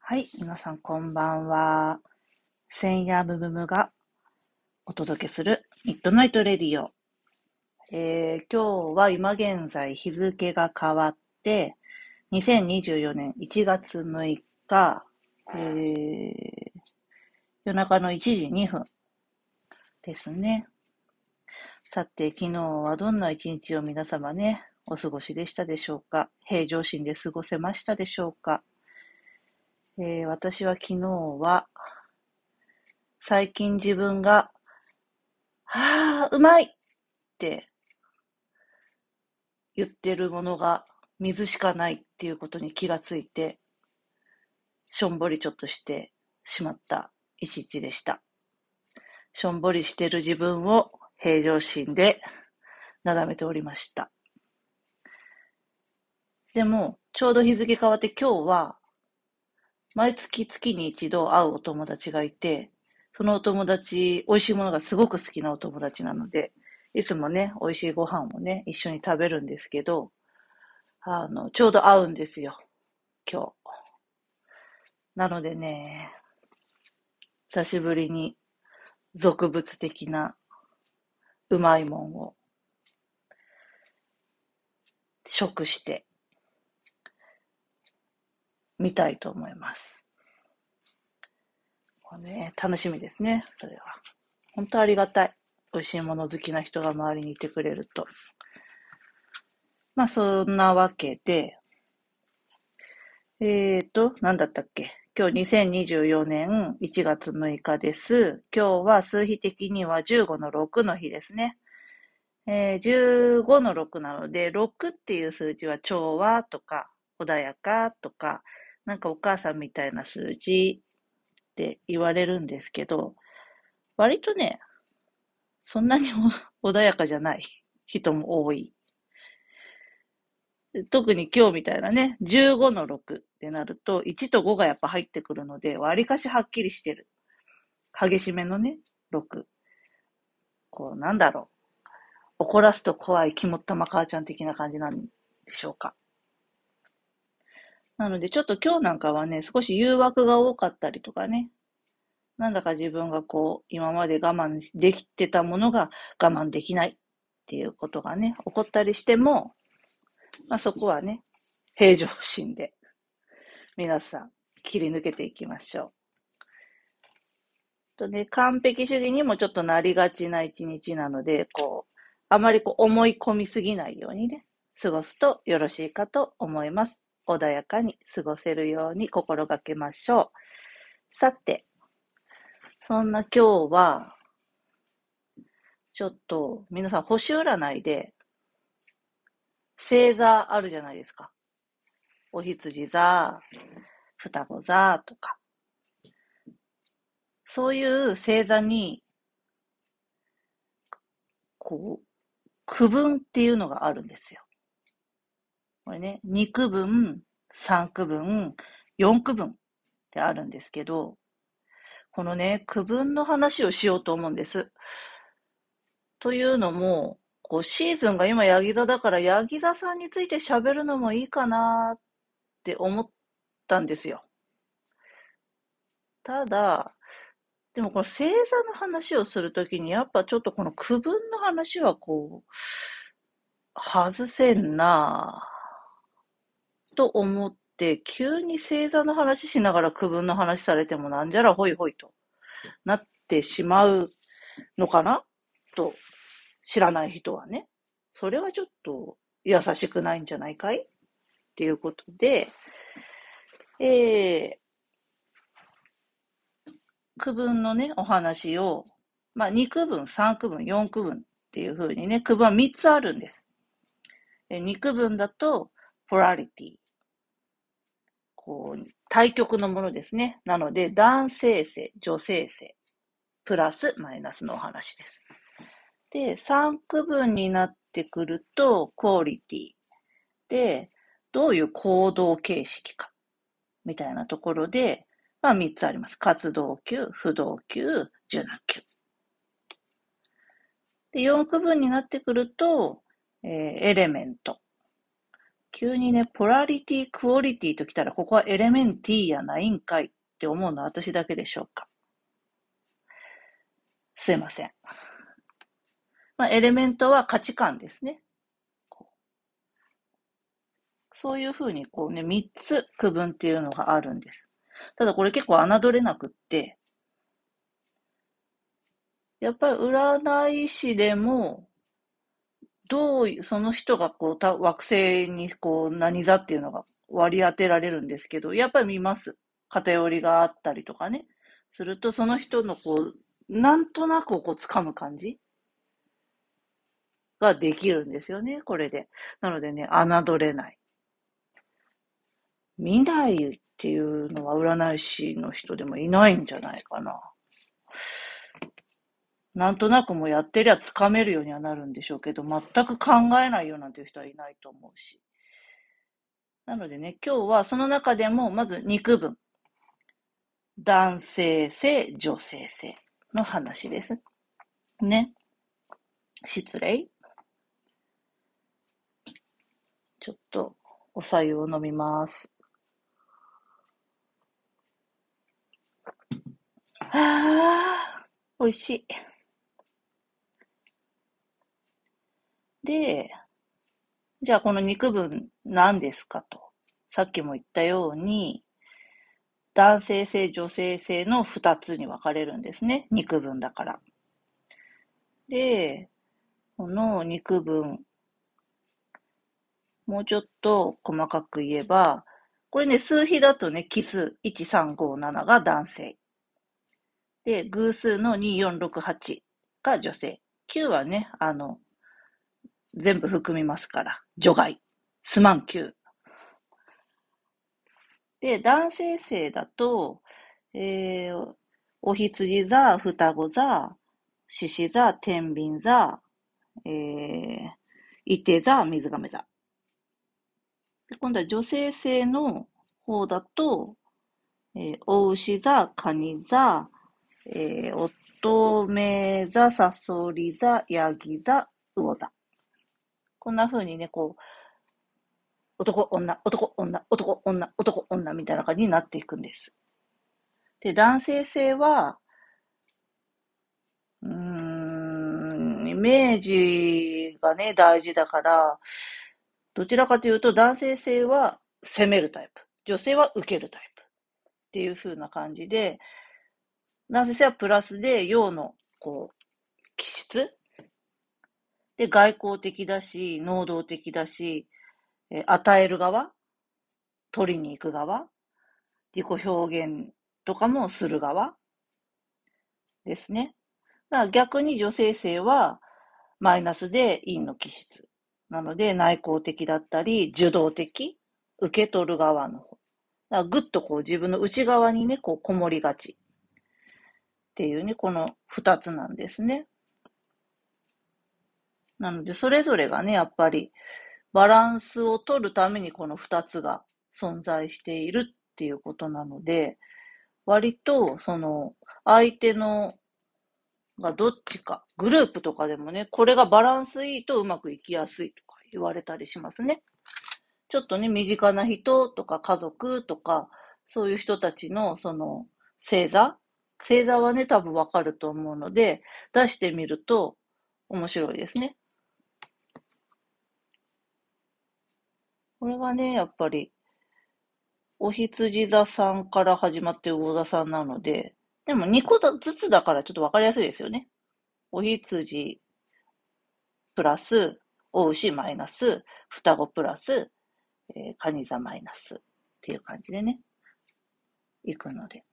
はい、皆さんこんばんは。センヤムムムがお届けするミッドナイトレディオ。今日は今現在日付が変わって2024年1月6日、夜中の1時2分ですね。さて、昨日はどんな一日を皆様ね、お過ごしでしたでしょうか。平常心で過ごせましたでしょうか。私は昨日は最近自分がうまいって言ってるものが水しかないっていうことに気がついて、しょんぼりちょっとしてしまった一日でした。しょんぼりしてる自分を平常心でなだめておりました。でも、ちょうど日付変わって今日は、毎月月に一度会うお友達がいて、そのお友達、美味しいものがすごく好きなお友達なので、いつもね、美味しいご飯をね、一緒に食べるんですけど、ちょうど会うんですよ、今日。なのでね、久しぶりに俗物的なうまいもんを食してみたいと思います。これね、楽しみですね、それは。本当ありがたい。美味しいもの好きな人が周りにいてくれると。まあそんなわけで、なんだったっけ。今日2024年1月6日です。今日は数比的には15の6の日ですね。15の6なので、6っていう数字は調和とか穏やかとか、なんかお母さんみたいな数字って言われるんですけど、割とね、そんなに穏やかじゃない人も多い。特に今日みたいなね、15の6ってなると、1と5がやっぱ入ってくるので、割かしはっきりしてる。激しめのね、6。こう、なんだろう。怒らすと怖い肝っ玉母ちゃん的な感じなんでしょうか。なので、ちょっと今日なんかはね、少し誘惑が多かったりとかね、なんだか自分がこう、今まで我慢できてたものが我慢できないっていうことがね、起こったりしても、まあそこはね、平常心で皆さん切り抜けていきましょう。とね、完璧主義にもちょっとなりがちな一日なので、こう、あまりこう思い込みすぎないようにね、過ごすとよろしいかと思います。穏やかに過ごせるように心がけましょう。さて、そんな今日は、ちょっと皆さん星占いで星座あるじゃないですか。お羊座、双子座とか。そういう星座に、こう、区分っていうのがあるんですよ。これね、2区分、3区分、4区分ってあるんですけど、このね、区分の話をしようと思うんです。というのも、こうシーズンが今ヤギ座だからヤギ座さんについて喋るのもいいかなって思ったんですよ。ただ、でもこの星座の話をするときにやっぱちょっとこの区分の話はこう、外せんなぁと思って、急に星座の話しながら区分の話されてもなんじゃらほいほいとなってしまうのかなと、知らない人はね。それはちょっと優しくないんじゃないかいっていうことで、え区分のね、お話を、まあ、2区分、3区分、4区分っていう風にね、区分は3つあるんです。2区分だと、ポラリティ。こう、対極のものですね。なので、男性性、女性性、プラス、マイナスのお話です。で、3区分になってくると、クオリティ。で、どういう行動形式か、みたいなところで、まあ3つあります。活動級、不動級、受難級。で、4区分になってくると、エレメント。 急にね、ポラリティ、クオリティときたら、ここはエレメンティやないんかいって思うのは私だけでしょうか。すいません。エレメントは価値観ですね。そういうふうに3つ区分っていうのがあるんです。ただこれ結構侮れなくって、やっぱり占い師でも、どういう、その人が惑星に何座っていうのが割り当てられるんですけど、やっぱり見ます。偏りがあったりとかね。すると、その人のなんとなく掴む感じができるんですよね、これで。なのでね、侮れない。見ないっていうのは占い師の人でもいないんじゃないかな。なんとなくもうやってりゃつかめるようにはなるんでしょうけど、全く考えないよなんていう人はいないと思うし。なのでね、今日はその中でもまず2区分。男性性、女性性の話です。ね。失礼。ちょっとお白湯を飲みます。あー、美味しい。で、じゃあこの2区分何ですかと。さっきも言ったように、男性性、女性性の2つに分かれるんですね。2区分だから。で、この2区分、もうちょっと細かく言えば、これね、数比だとね、奇数1357が男性。で、偶数の2468が女性。9はね、全部含みますから、除外。すまん9。で、男性性だと、お羊座、双子座、獅子座、天秤座、伊手座、水亀座。で今度は女性性の方だと、お牛座、蟹座、乙女座、さそり座、ヤギ座、魚座。こんな風にね、男、女、男、女、男、女、男、女みたいな感じになっていくんです。で、男性性は、イメージがね、大事だから、どちらかというと男性性は攻めるタイプ。女性は受けるタイプ。っていう風な感じで、男性性はプラスで、陽の、気質で、外交的だし、能動的だし、与える側、取りに行く側、自己表現とかもする側ですね。だから逆に女性性はマイナスで陰の気質。なので内向的だったり、受動的、受け取る側の方。だからぐっと自分の内側にね、こもりがちっていうね、この二つなんですね。なのでそれぞれがね、やっぱりバランスを取るためにこの二つが存在しているっていうことなので、割と相手のがどっちか、グループとかでもね、これがバランスいいとうまくいきやすいとか言われたりしますね。ちょっとね、身近な人とか家族とか、そういう人たちの星座はね、多分わかると思うので、出してみると面白いですね。これがね、やっぱり、お羊座さんから始まって魚座さんなので、でも2個ずつだからちょっとわかりやすいですよね。お羊プラス、お牛マイナス、双子プラス、蟹座マイナスっていう感じでね、いくので。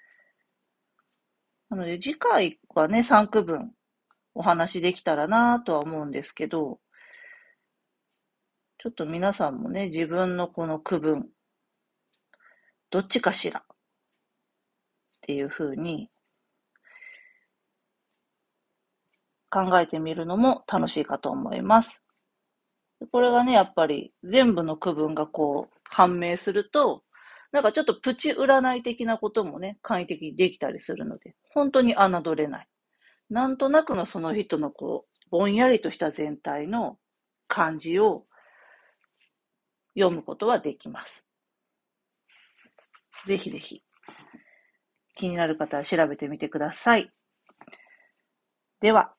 なので次回はね、3区分お話できたらなとは思うんですけど、ちょっと皆さんもね、自分のこの区分、どっちかしらっていう風に考えてみるのも楽しいかと思います。これがね、やっぱり全部の区分が判明すると、なんかちょっとプチ占い的なこともね、簡易的にできたりするので、本当に侮れない。なんとなくのその人のぼんやりとした全体の感じを読むことはできます。ぜひぜひ気になる方は調べてみてください。では、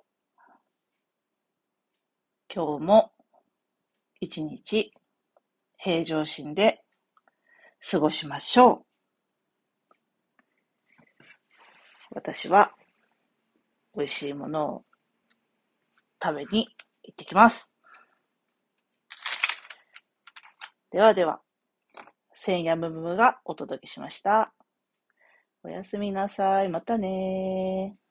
今日も一日平常心で過ごしましょう。私は美味しいものを食べに行ってきます。ではでは、千夜むむむがお届けしました。おやすみなさい。またねー。